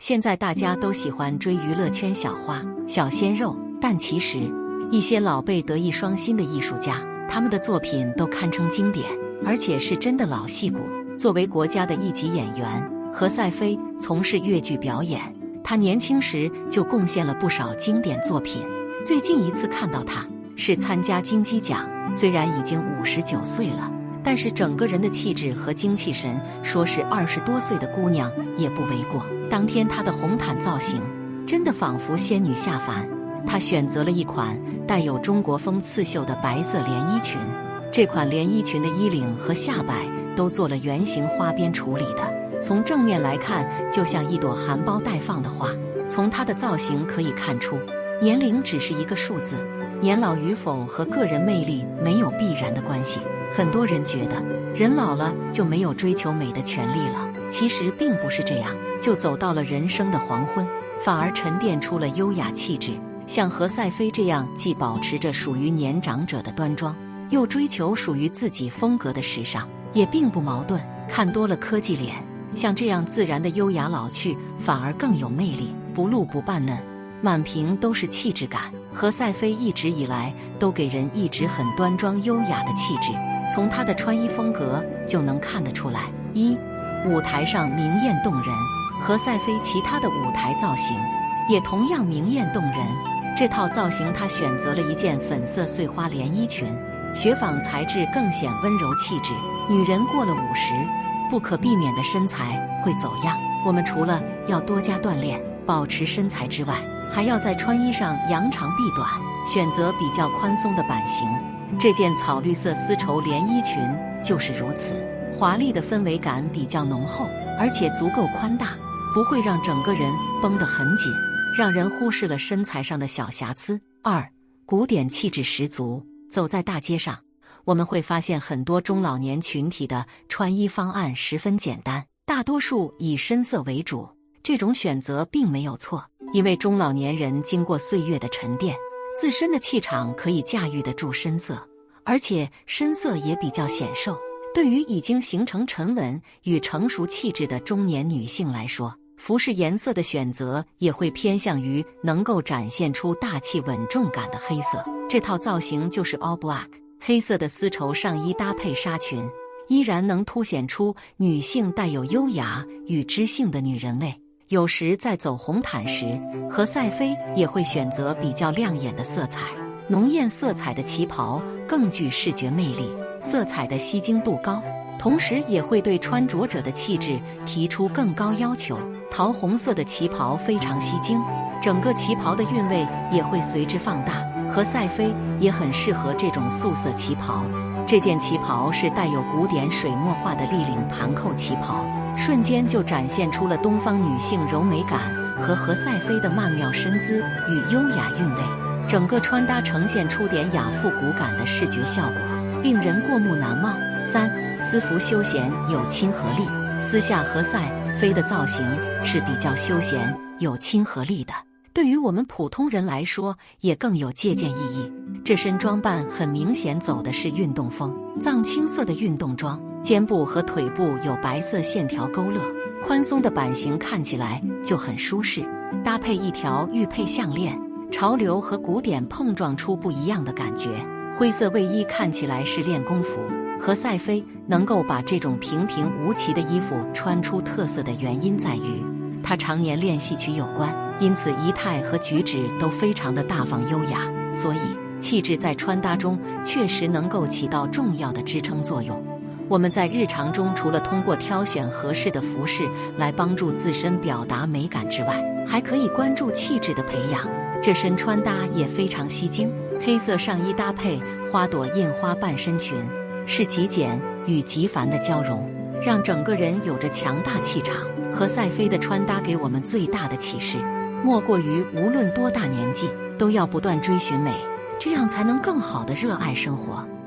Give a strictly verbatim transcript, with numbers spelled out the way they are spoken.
现在大家都喜欢追娱乐圈小花、小鲜肉，但其实一些老辈德艺双馨的艺术家，他们的作品都堪称经典，而且是真的老戏骨。作为国家的一级演员，何赛飞从事越剧表演，他年轻时就贡献了不少经典作品。最近一次看到他是参加金鸡奖，虽然已经五十九岁了，但是整个人的气质和精气神，说是二十多岁的姑娘也不为过。当天她的红毯造型真的仿佛仙女下凡，她选择了一款带有中国风刺绣的白色连衣裙，这款连衣裙的衣领和下摆都做了圆形花边处理的，从正面来看就像一朵含苞待放的花。从她的造型可以看出，年龄只是一个数字，年老与否和个人魅力没有必然的关系。很多人觉得人老了就没有追求美的权利了，其实并不是这样，就走到了人生的黄昏，反而沉淀出了优雅气质。像何赛飞这样既保持着属于年长者的端庄，又追求属于自己风格的时尚，也并不矛盾。看多了科技脸，像这样自然的优雅老去反而更有魅力，不露不扮嫩，满屏都是气质感。何赛飞一直以来都给人一直很端庄优雅的气质，从她的穿衣风格就能看得出来。一、舞台上明艳动人，何赛飞其他的舞台造型也同样明艳动人。这套造型她选择了一件粉色碎花连衣裙，雪纺材质更显温柔气质。女人过了五十，不可避免的身材会走样，我们除了要多加锻炼保持身材之外，还要在穿衣上扬长避短，选择比较宽松的版型。这件草绿色丝绸连衣裙就是如此，华丽的氛围感比较浓厚，而且足够宽大，不会让整个人绷得很紧，让人忽视了身材上的小瑕疵。二、古典气质十足。走在大街上，我们会发现很多中老年群体的穿衣方案十分简单，大多数以深色为主。这种选择并没有错，因为中老年人经过岁月的沉淀，自身的气场可以驾驭得住深色，而且深色也比较显瘦。对于已经形成沉稳与成熟气质的中年女性来说，服饰颜色的选择也会偏向于能够展现出大气稳重感的黑色。这套造型就是 All Black， 黑色的丝绸上衣搭配纱裙，依然能凸显出女性带有优雅与知性的女人味。有时在走红毯时，何赛飞也会选择比较亮眼的色彩，浓艳色彩的旗袍更具视觉魅力，色彩的吸睛度高，同时也会对穿着者的气质提出更高要求。桃红色的旗袍非常吸睛，整个旗袍的韵味也会随之放大。何赛飞也很适合这种素色旗袍，这件旗袍是带有古典水墨画的立领盘扣旗袍，瞬间就展现出了东方女性柔美感和何赛飞的曼妙身姿与优雅韵味，整个穿搭呈现出典雅复古感的视觉效果，令人过目难忘。三、私服休闲有亲和力。私下何赛飞的造型是比较休闲有亲和力的，对于我们普通人来说也更有借鉴意义。这身装扮很明显走的是运动风，藏青色的运动装，肩部和腿部有白色线条勾勒，宽松的版型看起来就很舒适，搭配一条玉佩项链，潮流和古典碰撞出不一样的感觉。灰色卫衣看起来是练功服，何赛飞能够把这种平平无奇的衣服穿出特色的原因在于他常年练戏曲有关，因此仪态和举止都非常的大方优雅，所以气质在穿搭中确实能够起到重要的支撑作用。我们在日常中除了通过挑选合适的服饰来帮助自身表达美感之外，还可以关注气质的培养。这身穿搭也非常吸睛，黑色上衣搭配花朵印花半身裙，是极简与极繁的交融，让整个人有着强大气场。何赛飞的穿搭给我们最大的启示，莫过于无论多大年纪，都要不断追寻美，这样才能更好地热爱生活。